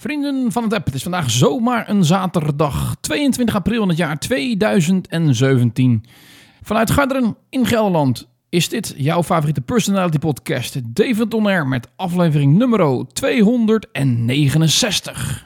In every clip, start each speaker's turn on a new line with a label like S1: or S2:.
S1: Vrienden van het app, het is vandaag zomaar een zaterdag, 22 april in het jaar 2017. Vanuit Garderen in Gelderland is dit jouw favoriete personality podcast, David On Air, met aflevering nummer 269.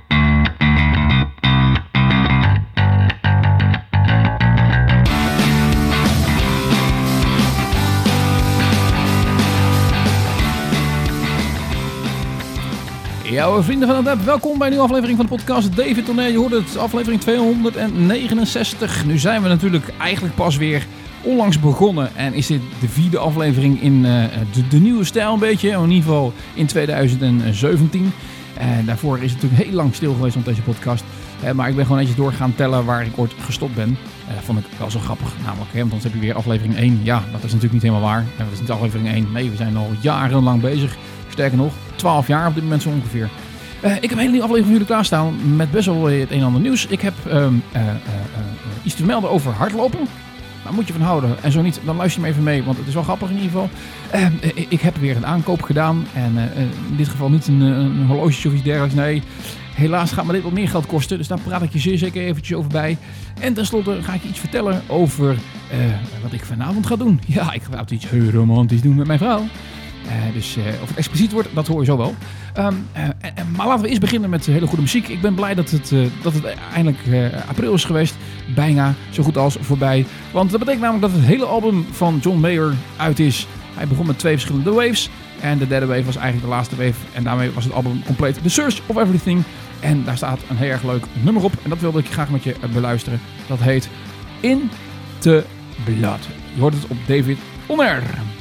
S1: Ja, vrienden van het app, welkom bij een nieuwe aflevering van de podcast David On Air. Je hoort het, aflevering 269. Nu zijn we natuurlijk eigenlijk pas weer onlangs begonnen en is dit de 4e aflevering in de nieuwe stijl een beetje, in ieder geval in 2017. Daarvoor is het natuurlijk heel lang stil geweest op deze podcast. Maar ik ben gewoon netjes doorgaan tellen waar ik ooit gestopt ben. Dat vond ik wel zo grappig, namelijk, want dan heb je weer aflevering 1. Ja, dat is natuurlijk niet helemaal waar. Dat is niet aflevering 1. Nee, we zijn al jarenlang bezig. Sterker nog, 12 jaar op dit moment zo ongeveer. Ik heb een hele nieuwe aflevering voor jullie klaarstaan met best wel het een en ander nieuws. Ik heb iets te melden over hardlopen. Daar moet je van houden. En zo niet, dan luister je me even mee, want het is wel grappig in ieder geval. Ik heb weer een aankoop gedaan. En in dit geval niet een horloge of iets dergelijks. Nee, helaas gaat me dit wat meer geld kosten. Dus daar praat ik je zeer zeker eventjes over bij. En tenslotte ga ik je iets vertellen over wat ik vanavond ga doen. Ja, ik ga iets heel romantisch doen met mijn vrouw. Dus of het expliciet wordt, dat hoor je zo wel. Maar laten we eerst beginnen met hele goede muziek. Ik ben blij dat het eindelijk april is geweest. Bijna zo goed als voorbij. Want dat betekent namelijk dat het hele album van John Mayer uit is. Hij begon met 2 verschillende waves. En de derde wave was eigenlijk de laatste wave. En daarmee was het album compleet. The Search of Everything. En daar staat een heel erg leuk nummer op. En dat wilde ik graag met je beluisteren. Dat heet In the Blood. Je hoort het op David On Air.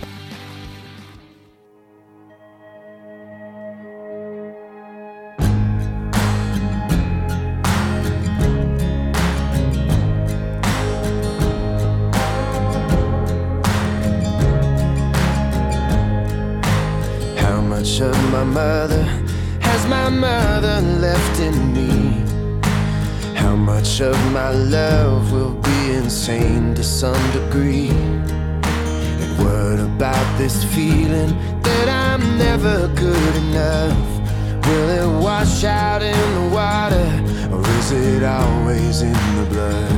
S2: Of my mother has my mother left in me? How much of my love will be insane to some degree? And what about this feeling that I'm never good enough? Will it wash out in the water, or is it always in the blood?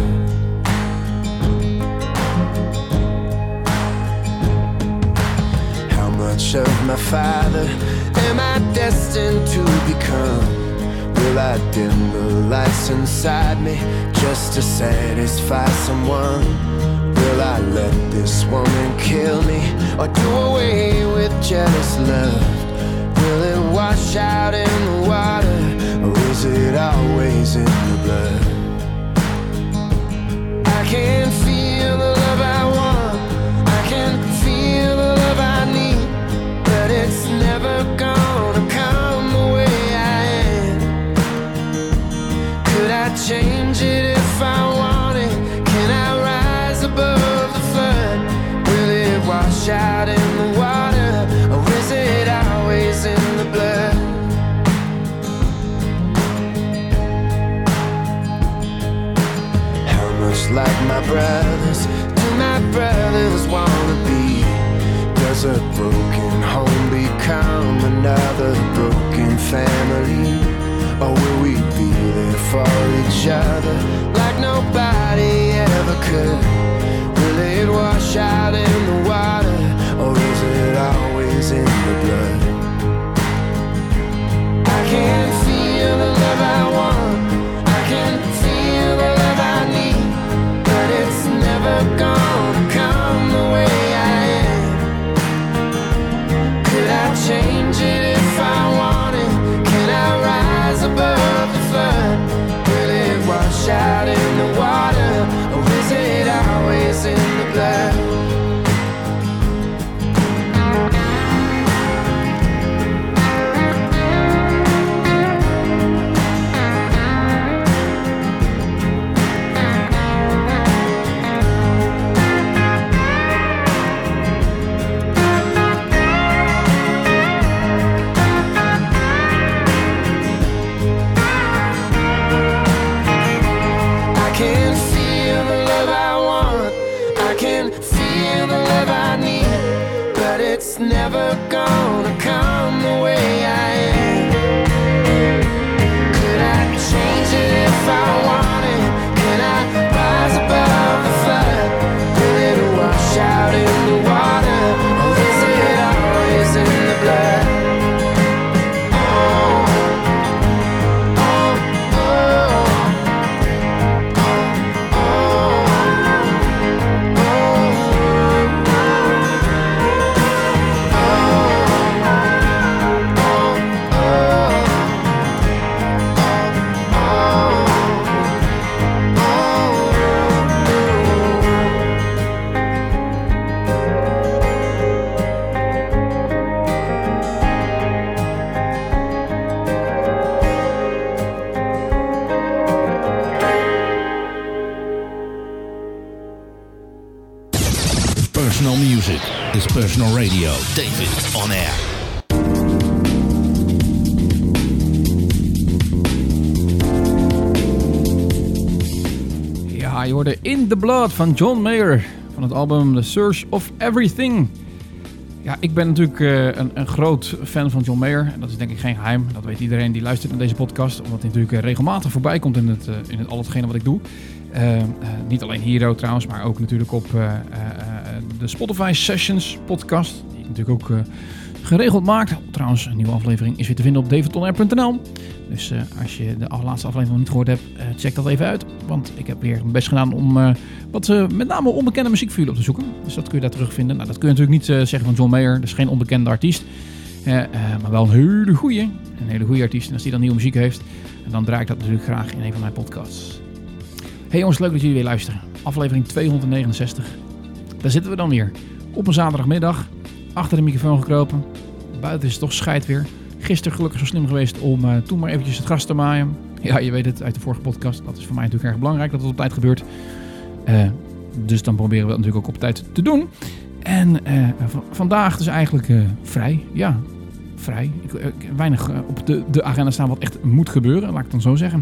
S2: How much of my father am I destined to become? Will I dim the lights inside me just to satisfy someone? Will I let this woman kill me or do away with jealous love? Will it wash out in the water, or is it always in the blood? I can feel the love I want, I can feel the love I need, but it's never gonna come the way I am. Could I change it if I wanted? Can I rise above the flood? Will it wash out in the water, or is it always in the blood? How much like my brothers do my brothers wanna be? Does a broken home become another broken family? Or will we be there for each other like nobody ever could? Will it wash out in the water, or is it always in the blood? I can feel the love I want, I can feel the love I need, but it's never gonna come the way I am. Could I change it if I wanted? Can I rise above the flood? Will it wash out in the water, or is it always in the blood? It's never gonna come the way I am.
S3: International Radio. David on Air.
S1: Ja, je hoorde In The Blood van John Mayer van het album The Search of Everything. Ja, ik ben natuurlijk een groot fan van John Mayer. En dat is denk ik geen geheim. Dat weet iedereen die luistert naar deze podcast. Omdat hij natuurlijk regelmatig voorbij komt in al hetgene wat ik doe. Niet alleen Hero trouwens, maar ook natuurlijk op de Spotify Sessions podcast. Die ik natuurlijk ook geregeld maak. Trouwens, een nieuwe aflevering is weer te vinden op davidtonair.nl. Dus als je de laatste aflevering nog niet gehoord hebt, check dat even uit. Want ik heb weer mijn best gedaan om met name onbekende muziek voor jullie op te zoeken. Dus dat kun je daar terugvinden. Nou, dat kun je natuurlijk niet zeggen van John Mayer. Dat is geen onbekende artiest. Maar wel een hele goede artiest. En als die dan nieuwe muziek heeft, dan draai ik dat natuurlijk graag in een van mijn podcasts. Hey jongens, leuk dat jullie weer luisteren. Aflevering 269. Daar zitten we dan weer. Op een zaterdagmiddag. Achter de microfoon gekropen. Buiten is het toch scheid weer. Gisteren gelukkig zo slim geweest om toen maar eventjes het gras te maaien. Ja, je weet het uit de vorige podcast. Dat is voor mij natuurlijk erg belangrijk dat het op tijd gebeurt. Dus dan proberen we het natuurlijk ook op tijd te doen. En vandaag dus eigenlijk vrij. Ja, vrij. Weinig op de agenda staan wat echt moet gebeuren. Laat ik het dan zo zeggen.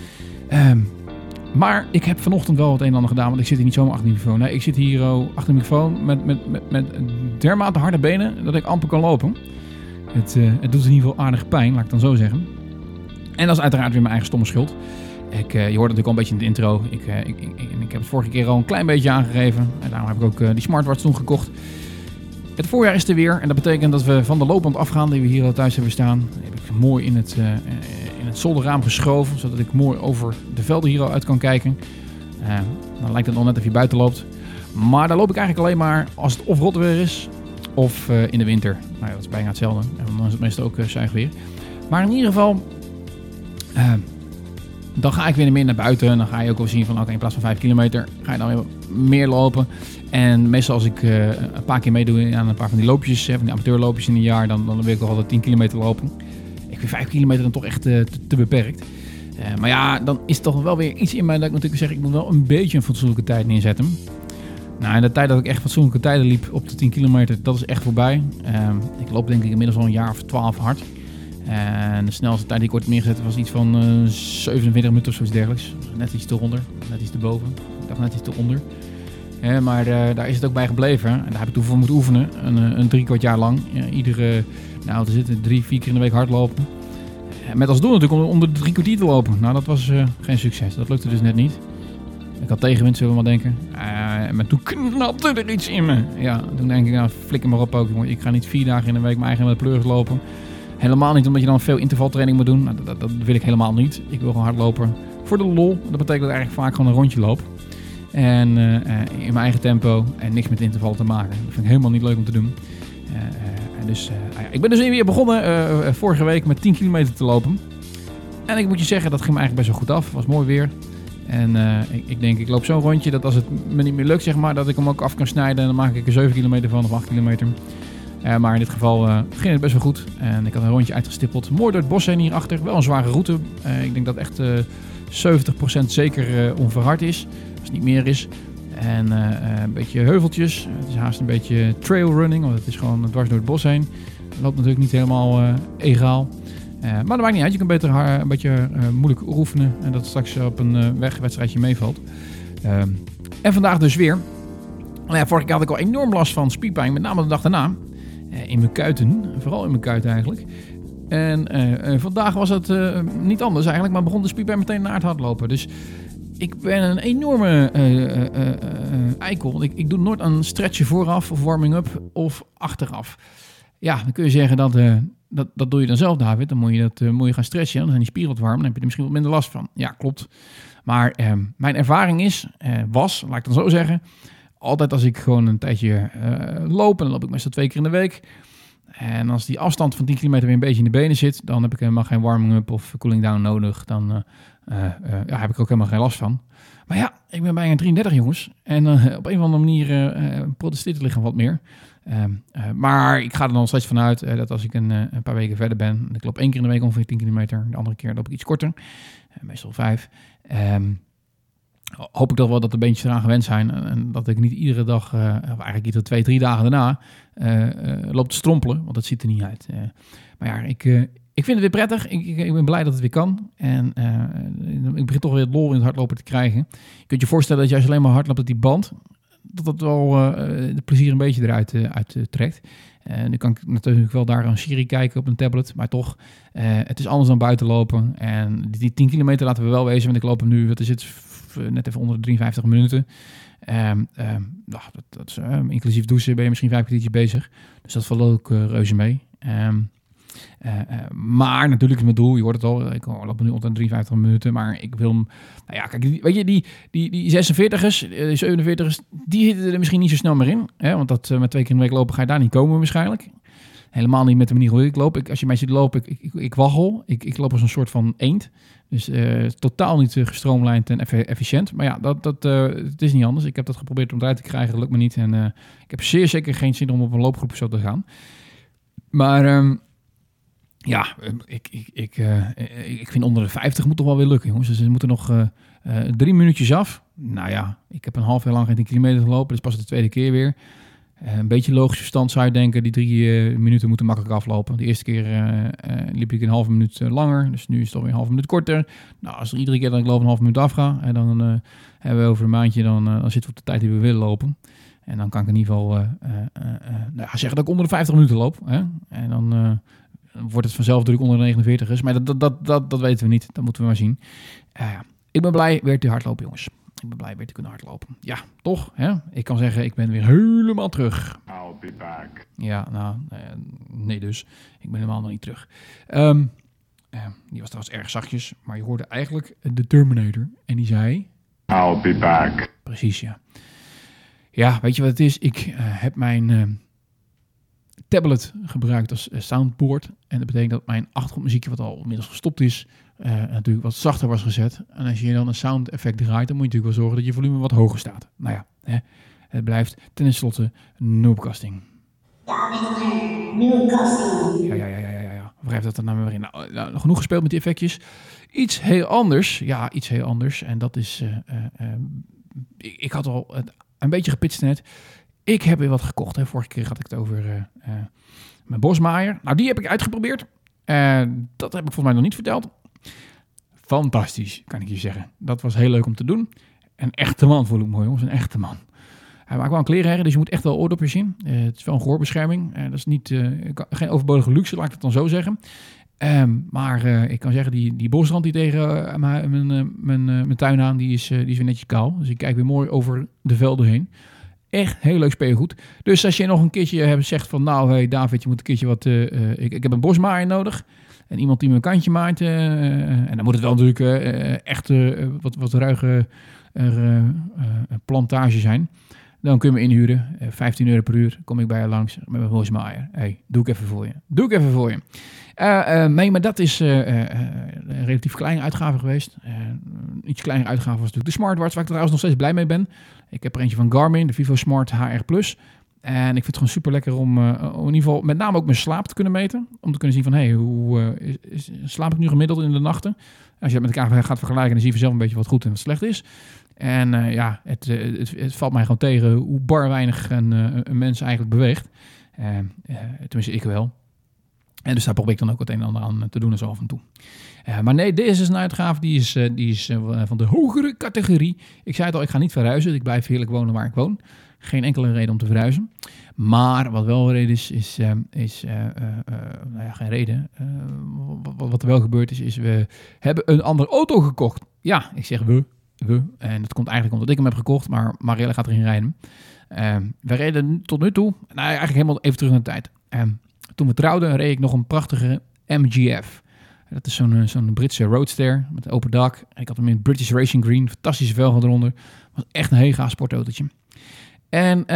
S1: Maar ik heb vanochtend wel het een en ander gedaan. Want ik zit hier niet zomaar achter de microfoon. Nee, ik zit hier achter de microfoon met dermate harde benen dat ik amper kan lopen. Het doet in ieder geval aardig pijn, laat ik dan zo zeggen. En dat is uiteraard weer mijn eigen stomme schuld. Je hoort natuurlijk al een beetje in de intro. Ik heb het vorige keer al een klein beetje aangegeven. En daarom heb ik ook die smartwatch toen gekocht. Het voorjaar is er weer. En dat betekent dat we van de loopband afgaan die we hier al thuis hebben staan. Die heb ik mooi in het zolderraam geschoven. Zodat ik mooi over de velden hier al uit kan kijken. Dan lijkt het nog net of je buiten loopt. Maar daar loop ik eigenlijk alleen maar als het of rot weer is. Of in de winter. Nou ja, dat is bijna hetzelfde. En dan is het meestal ook zuig weer. Maar in ieder geval, dan ga ik weer meer naar buiten. En dan ga je ook wel zien van, oké, in plaats van 5 kilometer ga je dan weer meer lopen. En meestal als ik een paar keer meedoe aan een paar van die loopjes, van die amateurloopjes in een jaar, dan wil ik wel altijd 10 kilometer lopen. Ik vind 5 kilometer dan toch echt te beperkt. Maar ja, dan is toch wel weer iets in mij dat ik natuurlijk zeg, ik moet wel een beetje een fatsoenlijke tijd neerzetten. Nou, en de tijd dat ik echt fatsoenlijke tijden liep op de 10 kilometer, dat is echt voorbij. Ik loop denk ik inmiddels al een jaar of 12 hard. En de snelste tijd die ik ooit heb neergezet was iets van 27 minuten of zoiets dergelijks. Net iets eronder, net iets erboven. Ik dacht net iets eronder. Maar daar is het ook bij gebleven. En daar heb ik toen voor moeten oefenen. Een 3/4 jaar lang. Iedere, nou, er zitten 3-4 keer in de week hardlopen. Met als doel natuurlijk om onder de 3 kwartier te lopen. Nou, dat was geen succes. Dat lukte dus net niet. Ik had tegenwind, zullen we maar denken. Maar toen knapte er iets in me. Ja, toen denk ik, nou, flikker maar op ook. Ik ga niet 4 dagen in de week mijn eigen met pleurs lopen. Helemaal niet omdat je dan veel intervaltraining moet doen. Nou, dat wil ik helemaal niet. Ik wil gewoon hardlopen voor de lol. Dat betekent dat ik eigenlijk vaak gewoon een rondje loop. En in mijn eigen tempo. En niks met interval te maken. Dat vind ik helemaal niet leuk om te doen. Ik ben dus weer begonnen vorige week met 10 kilometer te lopen. En ik moet je zeggen, dat ging me eigenlijk best wel goed af. Het was mooi weer. En ik denk, ik loop zo'n rondje dat als het me niet meer lukt, zeg maar, dat ik hem ook af kan snijden. En dan maak ik er 7 kilometer van of 8 kilometer. Maar in dit geval ging het best wel goed. En ik had een rondje uitgestippeld. Mooi door het bos heen hierachter. Wel een zware route. Ik denk dat echt 70% zeker onverhard is. Als het niet meer is. En een beetje heuveltjes. Het is haast een beetje trailrunning. Want het is gewoon dwars door het bos heen. Het loopt natuurlijk niet helemaal egaal. Maar dat maakt niet uit. Je kunt beter een beetje moeilijk oefenen. En dat het straks op een wegwedstrijdje meevalt. En vandaag dus weer. Nou ja, vorige keer had ik al enorm last van spierpijn. Met name de dag daarna. In mijn kuiten. Vooral in mijn kuiten eigenlijk. En vandaag was het niet anders eigenlijk. Maar begon de spierpijn meteen naar het hardlopen. Dus ik ben een enorme eikel. Ik doe nooit een stretchje vooraf. Of warming-up. Of achteraf. Ja, dan kun je zeggen dat doe je dan zelf, David. Dan moet je gaan stretchen. Dan zijn die spieren wat warm. Dan heb je er misschien wat minder last van. Ja, klopt. Maar mijn ervaring was, laat ik dan zo zeggen, altijd als ik gewoon een tijdje loop, en dan loop ik meestal 2 keer in de week. En als die afstand van 10 kilometer weer een beetje in de benen zit, dan heb ik helemaal geen warming-up of cooling down nodig. Dan heb ik ook helemaal geen last van. Maar ja, ik ben bijna 33, jongens. En op een of andere manier protesteert het lichaam wat meer. Maar ik ga er nog steeds vanuit dat als ik een paar weken verder ben, ik loop 1 keer in de week ongeveer 10 kilometer, de andere keer loop ik iets korter, meestal 5. hoop ik dat wel dat de beentjes eraan gewend zijn. En dat ik niet iedere dag, of eigenlijk iedere 2-3 dagen daarna, loop te strompelen. Want dat ziet er niet uit. Maar ja, ik vind het weer prettig. Ik ben blij dat het weer kan. En ik begin toch weer het lol in het hardlopen te krijgen. Je kunt je voorstellen dat als je alleen maar hardloopt op die band, dat wel de plezier een beetje eruit trekt. Nu kan ik natuurlijk wel daar een serie kijken op een tablet. Maar toch, het is anders dan buiten lopen. En die 10 kilometer laten we wel wezen. Want ik loop hem nu, wat is het, net even onder de 53 minuten. Dat is, inclusief douchen ben je misschien 5 kwartiertjes bezig. Dus dat valt ook reuze mee. Maar natuurlijk is mijn doel, je hoort het al, ik loop nu onder de 53 minuten, maar ik wil hem, nou ja, kijk, weet je, die 46ers, 47ers, die zitten er misschien niet zo snel meer in, hè? Want dat met 2 keer in de week lopen ga je daar niet komen waarschijnlijk. Helemaal niet met de manier hoe ik loop. Als je mij ziet lopen, ik waggel, ik loop als een soort van eend. Dus totaal niet gestroomlijnd en efficiënt. Maar ja, het is niet anders. Ik heb dat geprobeerd om eruit te krijgen, dat lukt me niet. En ik heb zeer zeker geen zin om op een loopgroep zo te gaan. Maar ja, ik vind onder de 50 moet toch wel weer lukken, jongens. Dus we moeten nog 3 minuutjes af. Nou ja, ik heb een half jaar lang geen 10 kilometer gelopen. Dus pas de tweede keer weer. Een beetje logisch verstand zou je denken. Die 3 minuten moeten makkelijk aflopen. De eerste keer liep ik een halve minuut langer. Dus nu is het alweer een halve minuut korter. Nou, als er iedere keer dat ik loop een halve minuut afga. En dan hebben we over een maandje, dan zitten we op de tijd die we willen lopen. En dan kan ik in ieder geval zeggen dat ik onder de 50 minuten loop. Hè? En dan wordt het vanzelf druk onder de 49ers. Maar dat weten we niet. Dat moeten we maar zien. Ik ben blij weer te hardlopen, jongens. Ik ben blij weer te kunnen hardlopen. Ja, toch? Hè? Ik kan zeggen, ik ben weer helemaal terug.
S4: I'll be back.
S1: Ja, nou, nee dus. Ik ben helemaal nog niet terug. Die was trouwens erg zachtjes. Maar je hoorde eigenlijk de Terminator. En die zei...
S4: I'll be back.
S1: Precies, ja. Ja, weet je wat het is? Ik heb mijn tablet gebruikt als soundboard. En dat betekent dat mijn achtergrondmuziekje, wat al inmiddels gestopt is, natuurlijk wat zachter was gezet. En als je dan een sound effect draait, dan moet je natuurlijk wel zorgen dat je volume wat hoger staat. Nou ja, het blijft tenslotte noobcasting. Noobcasting. Ja. Wrijf dat er nou weer in. Nou, genoeg gespeeld met die effectjes. Iets heel anders. Ja, iets heel anders. En dat is... ik had al een beetje gepitst net. Ik heb weer wat gekocht. Hè. Vorige keer had ik het over mijn bosmaaier. Nou, die heb ik uitgeprobeerd. Dat heb ik volgens mij nog niet verteld. Fantastisch, kan ik je zeggen. Dat was heel leuk om te doen. Een echte man voel ik me, jongens. Een echte man. Hij maakt wel een klerenherrie, dus je moet echt wel oordopjes in. Het is wel een gehoorbescherming. Dat is niet, geen overbodige luxe, laat ik het dan zo zeggen. Maar ik kan zeggen, die bosrand die tegen mijn tuin aan, die is weer netjes kaal. Dus ik kijk weer mooi over de velden heen. Echt heel leuk speelgoed. Dus als je nog een keertje zegt van, nou, hey David, je moet een keertje wat... ik heb een bosmaaier nodig. En iemand die me een kantje maait. En dan moet het wel natuurlijk echt wat ruige plantage zijn. Dan kun je me inhuren. €15 per uur. Kom ik bij je langs met mijn bosmaaier. Hey, doe ik even voor je. Nee, maar dat is een relatief kleine uitgave geweest. Iets kleinere uitgave was natuurlijk de Smartwatch, waar ik trouwens nog steeds blij mee ben. Ik heb er eentje van Garmin, de Vivo Smart HR+. En ik vind het gewoon super lekker om in ieder geval met name ook mijn slaap te kunnen meten. Om te kunnen zien van, hey, hoe slaap ik nu gemiddeld in de nachten? Als je het met elkaar gaat vergelijken, dan zie je zelf een beetje wat goed en wat slecht is. En het valt mij gewoon tegen hoe bar weinig een mens eigenlijk beweegt. Tenminste, ik wel. En dus daar probeer ik dan ook het een en ander aan te doen zo af en toe. Maar nee, deze is een uitgave, die is van de hogere categorie. Ik zei het al, ik ga niet verhuizen. Ik blijf heerlijk wonen waar ik woon. Geen enkele reden om te verhuizen. Maar wat wel een reden is geen reden. Wat er wel gebeurd is we hebben een andere auto gekocht. Ja, ik zeg we. En dat komt eigenlijk omdat ik hem heb gekocht, maar Marielle gaat erin rijden. We reden tot nu toe, eigenlijk helemaal even terug naar de tijd. Toen we trouwden, reed ik nog een prachtige MGF. Dat is zo'n Britse roadster met een open dak. Ik had hem in British Racing Green, fantastische velgen eronder. Was echt een heel gaaf sportautootje. En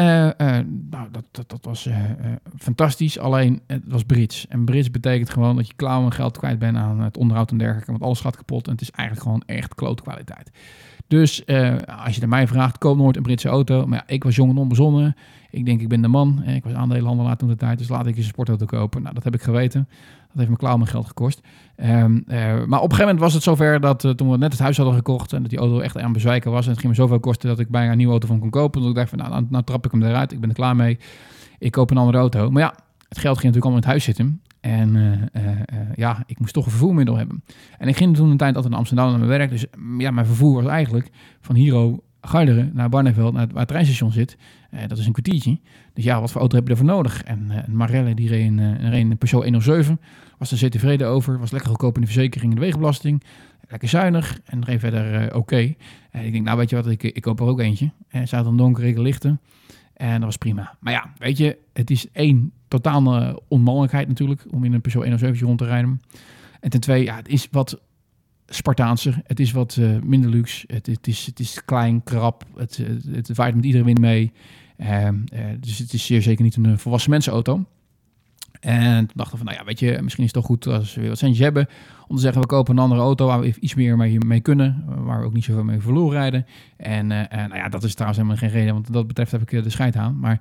S1: dat was fantastisch, alleen het was Brits. En Brits betekent gewoon dat je klauwen geld kwijt bent aan het onderhoud en dergelijke. Want alles gaat kapot en het is eigenlijk gewoon echt klote kwaliteit. Dus als je naar mij vraagt, koop nooit een Britse auto. Maar ja, ik was jong en onbezonnen. Ik denk, ik ben de man. Ik was aandeelhandelaar toen de tijd, dus laat ik eens een sportauto kopen. Nou, dat heb ik geweten. Dat heeft me klauw mijn geld gekost. Maar op een gegeven moment was het zover dat toen we net het huis hadden gekocht en dat die auto echt aan bezwijken was. En het ging me zoveel kosten dat ik bijna een nieuwe auto van kon kopen. Dus ik dacht van, nou trap ik hem eruit. Ik ben er klaar mee. Ik koop een andere auto. Maar ja, het geld ging natuurlijk allemaal in het huis zitten. En ik moest toch een vervoermiddel hebben. En ik ging toen een tijd altijd naar Amsterdam naar mijn werk. Dus ja, mijn vervoer was eigenlijk van Hero Garderen naar Barneveld, waar het treinstation zit. Dat is een kwartiertje. Dus ja, wat voor auto heb je ervoor nodig? En Marelle, die reed een Peugeot 107. Was er zeer tevreden over. Was lekker goedkoop in de verzekering en de wegenbelasting. Lekker zuinig en reed verder oké. Ik denk, nou weet je wat, ik koop er ook eentje. En zaten dan donkere lichten. En dat was prima. Maar ja, weet je, het is één totale onmogelijkheid natuurlijk om in een Peugeot 107 rond te rijden. En ten tweede, ja, het is wat Spartaanser. Het is wat minder luxe. Het is klein, krap. Het waait met iedere wind mee. Dus het is zeer zeker niet een volwassen mensenauto. En toen dachten we van, nou ja, weet je, misschien is het toch goed als we weer wat centjes hebben om te zeggen, we kopen een andere auto waar we iets meer mee kunnen, waar we ook niet zoveel mee verloren rijden. En nou ja, dat is trouwens helemaal geen reden, want wat dat betreft heb ik de scheid aan. Maar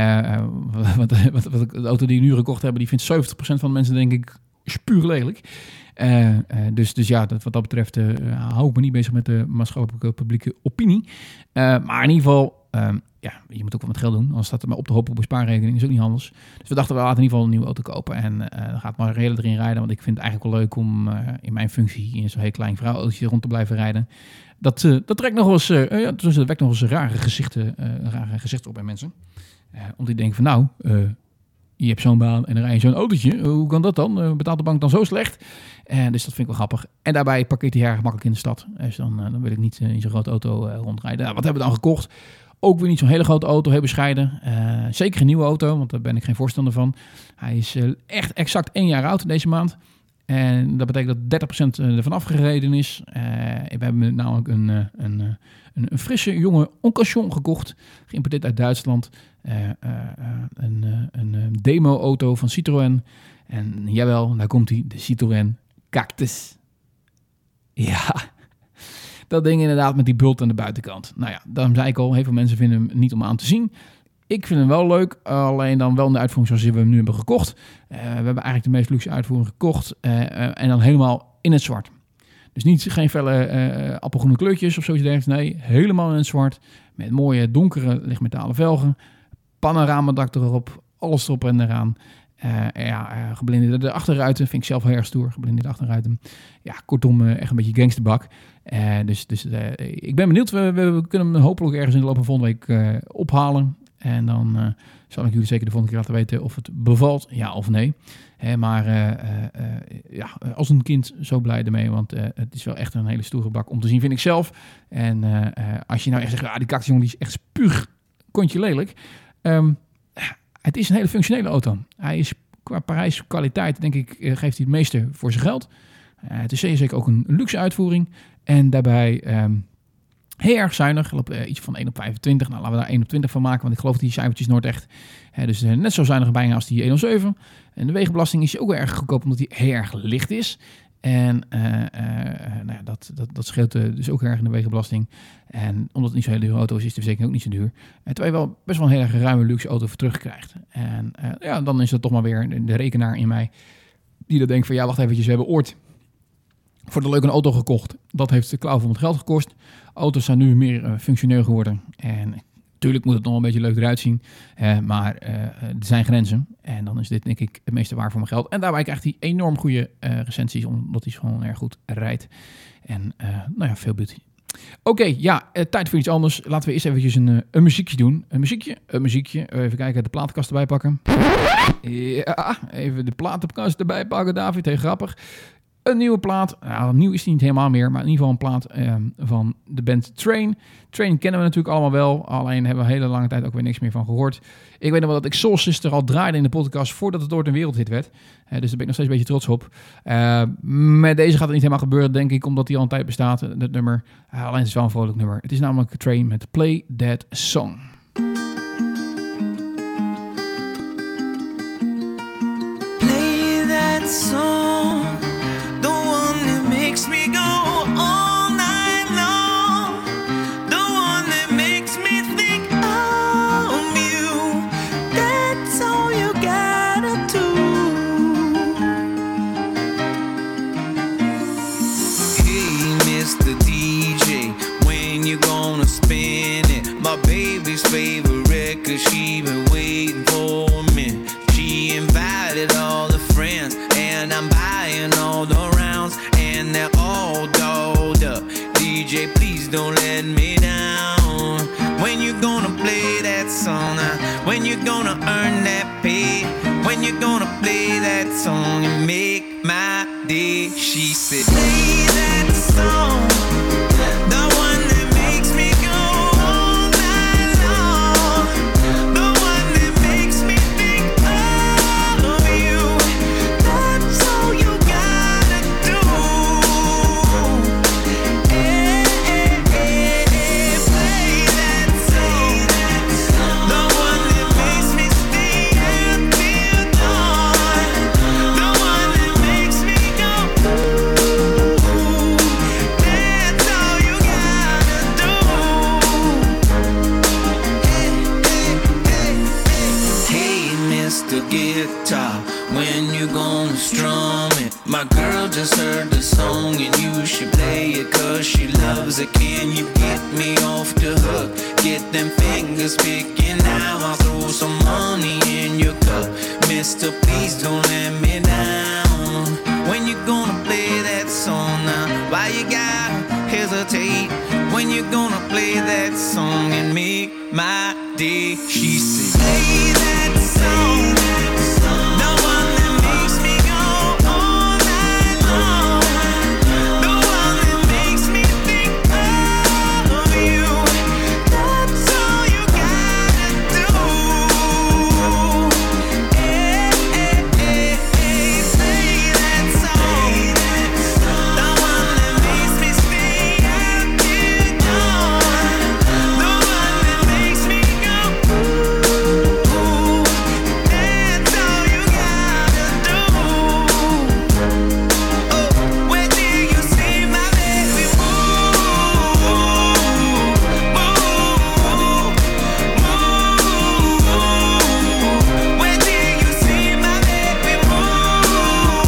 S1: de auto die we nu gekocht hebben, die vindt 70% van de mensen denk ik spuur lelijk. Dus ja, wat dat betreft hou ik me niet bezig met de maatschappelijke publieke opinie. Maar in ieder geval, je moet ook wat met geld doen. Anders staat het maar op de hoop op een spaarrekening. is ook niet anders. Dus we dachten, we laten in ieder geval een nieuwe auto kopen. En dan gaat maar redelijk erin rijden. Want ik vind het eigenlijk wel leuk om in mijn functie in zo'n heel klein vrouwautootje rond te blijven rijden. Dat trekt nog wel eens, dat wekt nog eens rare gezichten op bij mensen. Om te denken van nou, je hebt zo'n baan en dan rij je zo'n autootje. Hoe kan dat dan? Betaalt de bank dan zo slecht? Dus dat vind ik wel grappig. En daarbij parkeert hij erg makkelijk in de stad. Dus dan wil ik niet in zo'n grote auto rondrijden. Nou, wat hebben we dan gekocht? Ook weer niet zo'n hele grote auto, heel bescheiden. Zeker een nieuwe auto, want daar ben ik geen voorstander van. Hij is echt exact 1 jaar oud deze maand. En dat betekent dat 30% ervan afgereden is. We hebben namelijk een frisse, jonge Occasion gekocht. Geïmporteerd uit Duitsland. Een demo-auto van Citroën. En jawel, daar komt hij. De Citroën Cactus. Ja, dat ding inderdaad met die bult aan de buitenkant. Nou ja, daarom zei ik al, heel veel mensen vinden hem niet om aan te zien. Ik vind hem wel leuk, alleen dan wel in de uitvoering zoals we hem nu hebben gekocht. We hebben eigenlijk de meest luxe uitvoering gekocht. En dan helemaal in het zwart. Dus geen felle appelgroene kleurtjes of zoiets dergelijks. Nee, helemaal in het zwart. Met mooie donkere lichtmetalen velgen. Panoramadak erop. Alles erop en eraan. Geblinderde achterruiten. Vind ik zelf heel erg stoer. Geblinderde achterruiten. Ja, kortom, echt een beetje gangsterbak. Dus ik ben benieuwd. We kunnen hem hopelijk ergens in de loop van volgende week ophalen. En dan zal ik jullie zeker de volgende keer laten weten of het bevalt, ja of nee. Als een kind zo blij ermee, want het is wel echt een hele stoere bak om te zien, vind ik zelf. En als je nou echt zegt, die kakjesjongen die is echt spuug, kontje lelijk. Het is een hele functionele auto. Hij is qua prijs-kwaliteit, denk ik, geeft hij het meeste voor zijn geld. Het is zeker ook een luxe uitvoering. En daarbij heel erg zuinig. Iets van 1 op 25. Nou, laten we daar 1 op 20 van maken. Want ik geloof die cijfertjes nooit echt. Dus net zo zuinig bijna als die 107. En de wegenbelasting is ook wel erg goedkoop. Omdat die heel erg licht is. En dat scheelt dus ook erg in de wegenbelasting. En omdat het niet zo'n hele dure auto is de verzekering ook niet zo duur. Terwijl je wel best wel een hele ruime luxe auto voor terugkrijgt. En dan is dat toch maar weer de rekenaar in mij. Die dan denkt van wacht eventjes, we hebben ooit voor de leuke een auto gekocht. Dat heeft de klauw van het geld gekost. Auto's zijn nu meer functioneel geworden. En natuurlijk moet het nog een beetje leuk eruit zien. Maar er zijn grenzen. En dan is dit denk ik het meeste waar voor mijn geld. En daarbij krijgt hij enorm goede recensies. Omdat hij gewoon erg goed rijdt. En veel beauty. Oké, tijd voor iets anders. Laten we eerst eventjes een muziekje doen. Een muziekje. Even kijken, de platenkast erbij pakken. Ja, even de platenkast erbij pakken, David. Heel grappig. Een nieuwe plaat. Nou, nieuw is die niet helemaal meer, maar in ieder geval een plaat van de band Train. Train kennen we natuurlijk allemaal wel, alleen hebben we een hele lange tijd ook weer niks meer van gehoord. Ik weet nog wel dat ik Soul Sister al draaide in de podcast voordat het ooit een wereldhit werd. Dus daar ben ik nog steeds een beetje trots op. Met deze gaat het niet helemaal gebeuren, denk ik, omdat die al een tijd bestaat, het nummer. Alleen het is wel een vrolijk nummer. Het is namelijk Train met Play That Song.
S5: Play that song, the one that makes me go all night long. don't let me down. When you gonna play that song? When you gonna earn that pay? When you gonna play that song and make my day? She said, play that song, the one that makes me go all night long, the one that makes me think of you. That's all you gotta do. Hey, hey, hey, hey, play that song, the one that makes me stay until dawn, the one that makes me go ooh. That's all you gotta do. Hey, hey, hey, hey. Hey, Mr. Guitar, when you gonna strum it? My girl just heard the song and you should play it 'cause she loves it. Can you get me off the hook? Get them fingers picking now. I'll throw some money in your cup. Mister, please don't let me down. When you gonna play that song now? Why you gotta hesitate? When you gonna play that song and make my day? She said, play that song, the one that makes me go all night long, the one that makes me think of you. That's all you gotta do. Hey, hey, hey, hey, play that song, the one that makes me stay out till dawn, the one that makes me go ooh. That's all you gotta do. Oh, where do you see my baby move? Where do you see my baby move?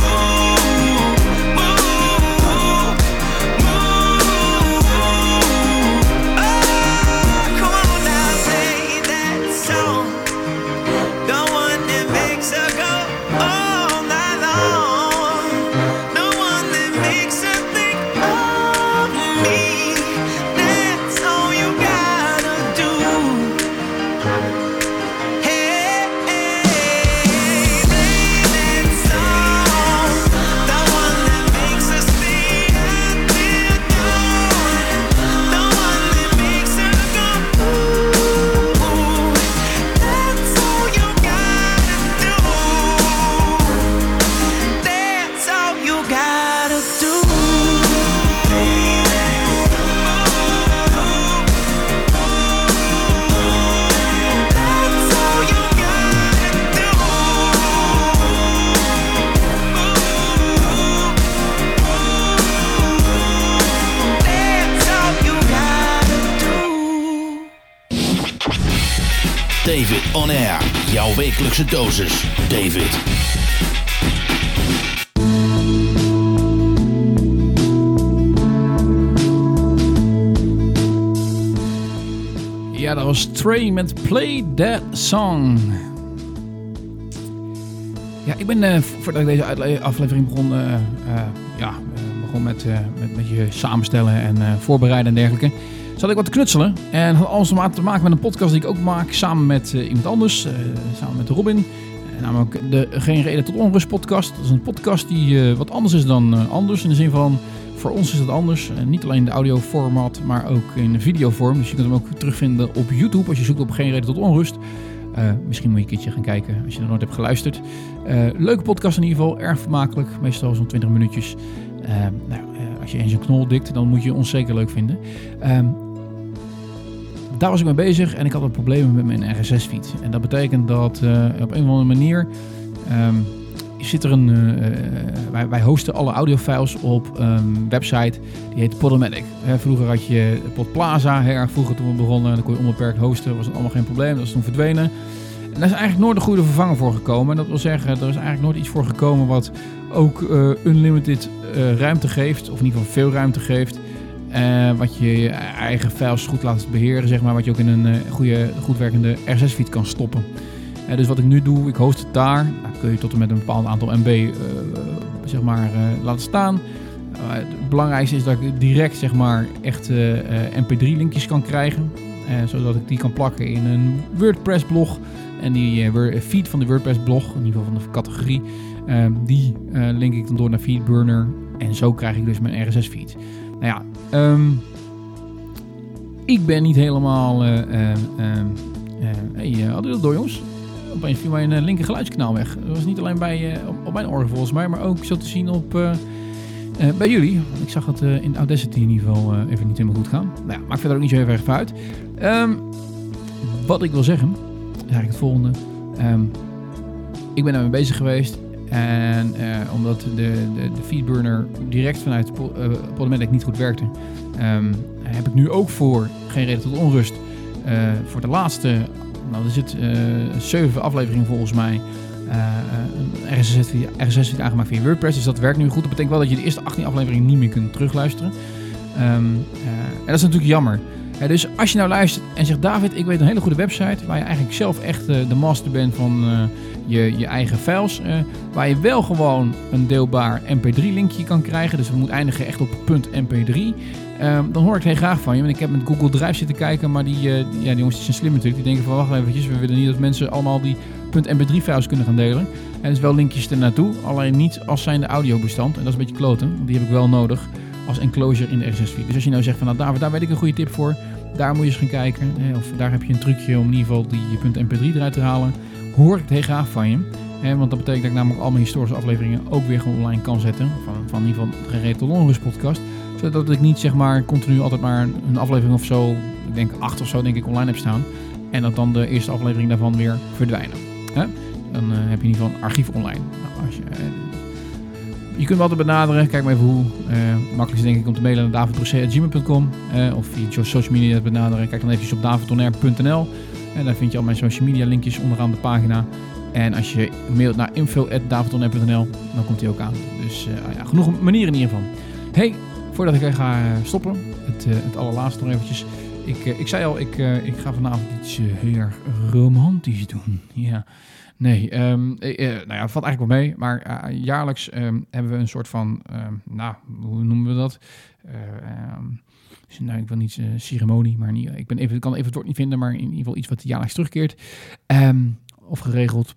S5: Oh, come on now, play that song, the one that makes her go all night long, the one that makes her think of me. That's all you gotta do. Hey, hey, play that song, the one that makes her stay until dawn, the one that makes her go ooh. That's all you gotta do. That's all you gotta do. That's all you gotta do. That's all you gotta do.
S3: David On Air, jouw wekelijkse dosis. David.
S1: Ja, dat was Trey met Play That Song. Ja, ik ben voordat ik deze aflevering begon, begon met je samenstellen en voorbereiden en dergelijke, zat ik wat te knutselen. En had alles te maken met een podcast die ik ook maak samen met iemand anders, samen met Robin. Namelijk de Geen Reden tot Onrust podcast. Dat is een podcast die wat anders is dan anders. In de zin van, voor ons is het anders. Niet alleen in de audioformat, maar ook in videovorm. Dus je kunt hem ook terugvinden op YouTube als je zoekt op Geen Reden tot Onrust. Misschien moet je een keertje gaan kijken als je er nooit hebt geluisterd. Leuke podcast in ieder geval, erg vermakelijk. Meestal zo'n 20 minuutjes. Als je eens een knol dikt, dan moet je ons zeker leuk vinden. Daar was ik mee bezig en ik had wat problemen met mijn RSS-feed. En dat betekent dat op een of andere manier zit er wij hosten alle audiofiles op een website die heet Podomatic. Vroeger had je Podplaza, heel erg vroeger toen we begonnen, dan kon je onbeperkt hosten, was het allemaal geen probleem, dat is toen verdwenen. En daar is eigenlijk nooit een goede vervanger voor gekomen. En dat wil zeggen, er is eigenlijk nooit iets voor gekomen wat ook unlimited ruimte geeft, of in ieder geval veel ruimte geeft. Wat je eigen files goed laat beheren, zeg maar, wat je ook in een goed werkende RSS-feed kan stoppen. Dus wat ik nu doe, ik host het daar. Dan kun je tot en met een bepaald aantal MB laten staan. belangrijkste is dat ik direct zeg maar echt mp3-linkjes kan krijgen. Zodat ik die kan plakken in een WordPress-blog. En die feed van de WordPress-blog, in ieder geval van de categorie, die link ik dan door naar Feedburner. En zo krijg ik dus mijn RSS-feed. Nou ja, ik ben niet helemaal... hadden we dat door, jongens? Opeens viel mijn linker geluidskanaal weg. Dat was niet alleen op mijn oren volgens mij, maar ook zo te zien bij jullie. Ik zag het in Audacity in ieder geval even niet helemaal goed gaan. Nou ja, maakt verder ook niet zo heel erg uit. Wat ik wil zeggen, is eigenlijk het volgende. Ik ben daarmee bezig geweest. En omdat de Feedburner direct vanuit Podomatic niet goed werkte, heb ik nu ook voor Geen Reden tot Onrust voor de laatste, nou is het 7 afleveringen volgens mij, RSS-feed aangemaakt via WordPress. Dus dat werkt nu goed. Dat betekent wel dat je de eerste 18 afleveringen niet meer kunt terugluisteren. En dat is natuurlijk jammer. Dus als je nou luistert en zegt, David, ik weet een hele goede website waar je eigenlijk zelf echt de master bent van je eigen files, waar je wel gewoon een deelbaar mp3-linkje kan krijgen. Dus we moeten eindigen echt op .mp3. Dan hoor ik heel graag van je. Want ik heb met Google Drive zitten kijken, maar die jongens die zijn slim natuurlijk. Die denken van, wacht eventjes, we willen niet dat mensen allemaal die .mp3-files kunnen gaan delen. En dus wel linkjes ernaartoe, alleen niet als zijnde audiobestand. En dat is een beetje kloten, want die heb ik wel nodig als enclosure in de RSS-feed. Dus als je nou zegt van, nou David, daar weet ik een goede tip voor. Daar moet je eens gaan kijken. Of daar heb je een trucje om in ieder geval die .mp3 eruit te halen. Hoor ik het heel graag van je. Want dat betekent dat ik namelijk al mijn historische afleveringen ook weer gewoon online kan zetten. Van in ieder geval Geen Reden tot Onrust podcast. Zodat ik niet zeg maar continu altijd maar een aflevering of zo, ik denk 8 of zo denk ik online heb staan. En dat dan de eerste aflevering daarvan weer verdwijnen. Dan heb je in ieder geval een archief online. Nou, als je kunt me altijd benaderen. Kijk maar even hoe. Makkelijk is denk ik om te mailen naar davidbrosset@gmail.com. Of via social media benaderen. Kijk dan even op davidonair.nl. En daar vind je al mijn social media linkjes onderaan de pagina. En als je mailt naar info@davidonair.nl, dan komt die ook aan. Dus genoeg manieren in ieder geval. Hey, voordat ik ga stoppen, het allerlaatste nog eventjes. Ik zei al, ik ga vanavond iets heel erg romantisch doen. Ja. Nee, het valt eigenlijk wel mee. Maar jaarlijks hebben we een soort van, hoe noemen we dat? Ik wil niet ceremonie, maar niet, ik kan even het woord niet vinden, maar in ieder geval iets wat jaarlijks terugkeert. Of geregeld.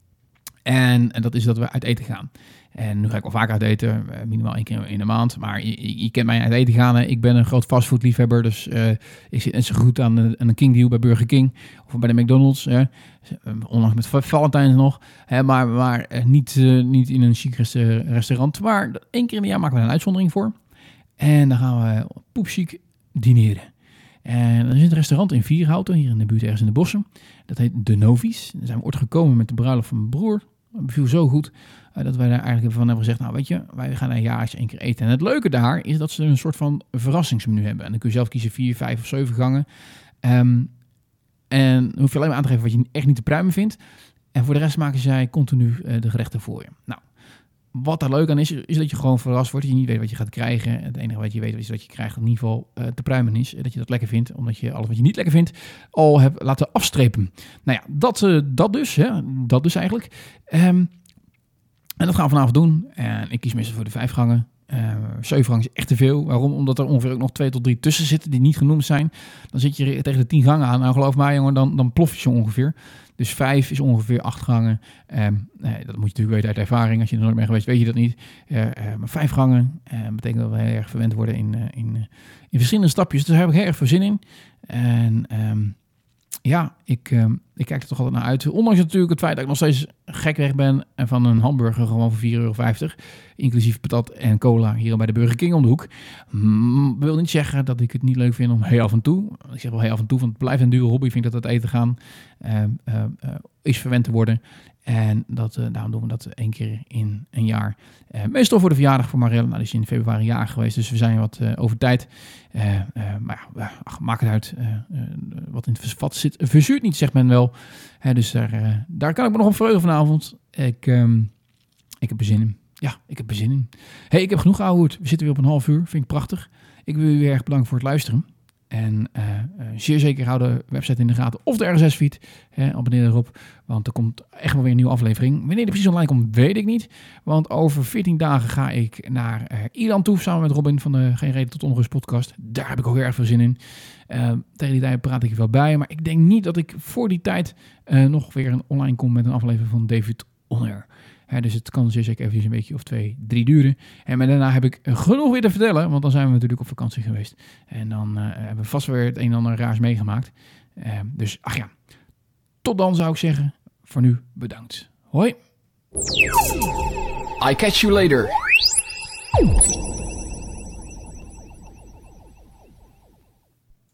S1: En dat is dat we uit eten gaan. En nu ga ik wel vaak uit eten, minimaal 1 keer in de maand. Maar je kent mij uit eten gaan. Hè. Ik ben een groot fastfoodliefhebber, dus ik zit net zo goed aan een King Deal bij Burger King of bij de McDonald's. Onlangs met Valentijns nog. Maar niet in een chic restaurant. Maar 1 keer in het jaar maken we een uitzondering voor. En dan gaan we poepchic dineren. En er is een restaurant in Vierhouten, hier in de buurt ergens in de bossen. Dat heet De Novies. Daar zijn we ooit gekomen met de bruiloft van mijn broer. Dat beviel zo goed dat wij daar eigenlijk van hebben gezegd, nou weet je, wij gaan een jaartje 1 keer eten. En het leuke daar is dat ze een soort van verrassingsmenu hebben. En dan kun je zelf kiezen 4, 5 of 7 gangen. En dan hoef je alleen maar aan te geven wat je echt niet te pruimen vindt. En voor de rest maken zij continu de gerechten voor je. Nou, wat daar leuk aan is dat je gewoon verrast wordt. Dat je niet weet wat je gaat krijgen. Het enige wat je weet is dat je krijgt in ieder geval te pruimen is. Dat je dat lekker vindt. Omdat je alles wat je niet lekker vindt al hebt laten afstrepen. Nou ja, dat dus. Hè? Dat dus eigenlijk. En dat gaan we vanavond doen. En ik kies meestal voor de 5 gangen. 7 gangen is echt te veel. Waarom? Omdat er ongeveer ook nog 2 tot 3 tussen zitten die niet genoemd zijn. Dan zit je tegen de 10 gangen aan. Nou geloof mij jongen, dan plof je zo ongeveer. Dus 5 is ongeveer 8 gangen. Dat moet je natuurlijk weten uit ervaring. Als je er nooit mee geweest, weet je dat niet. Maar 5 gangen betekent dat we heel erg verwend worden in verschillende stapjes. Dus daar heb ik heel erg veel zin in. En ik kijk er toch altijd naar uit. Ondanks natuurlijk het feit dat ik nog steeds gek weg ben en van een hamburger gewoon voor €4,50. Inclusief patat en cola hier bij de Burger King om de hoek. Wil niet zeggen dat ik het niet leuk vind om heel af en toe. Ik zeg wel heel af en toe, want het blijft een dure hobby. Ik vind dat het eten gaan is verwend te worden. En daarom doen we dat 1 keer in een jaar. Meestal voor de verjaardag van Marielle. Nou, die is in februari jarig geweest, dus we zijn wat over tijd. Maak het uit. Wat in het vat zit, verzuurt niet, zegt men wel. Dus daar kan ik me nog op verheugen vanavond. Ik heb er zin in. Ja, ik heb er zin in. Hey, ik heb genoeg gehouden. We zitten weer op een half uur. Vind ik prachtig. Ik wil jullie erg bedanken voor het luisteren. En zeer zeker hou de website in de gaten of de RSS-feed. Abonneer erop, want er komt echt wel weer een nieuwe aflevering. Wanneer die precies online komt, weet ik niet. Want over 14 dagen ga ik naar Ierland toe, samen met Robin van de Geen Reden tot Onrust podcast. Daar heb ik ook heel erg veel zin in. Tegen die tijd praat ik er wel bij. Maar ik denk niet dat ik voor die tijd nog weer online kom met een aflevering van David On Air. Dus het kan zeer zeker even een weekje of 2, 3 duren. Maar daarna heb ik genoeg weer te vertellen, want dan zijn we natuurlijk op vakantie geweest. En dan hebben we vast weer het een en ander raars meegemaakt. Dus ach ja, tot dan zou ik zeggen. Voor nu bedankt. Hoi.
S6: I catch you later.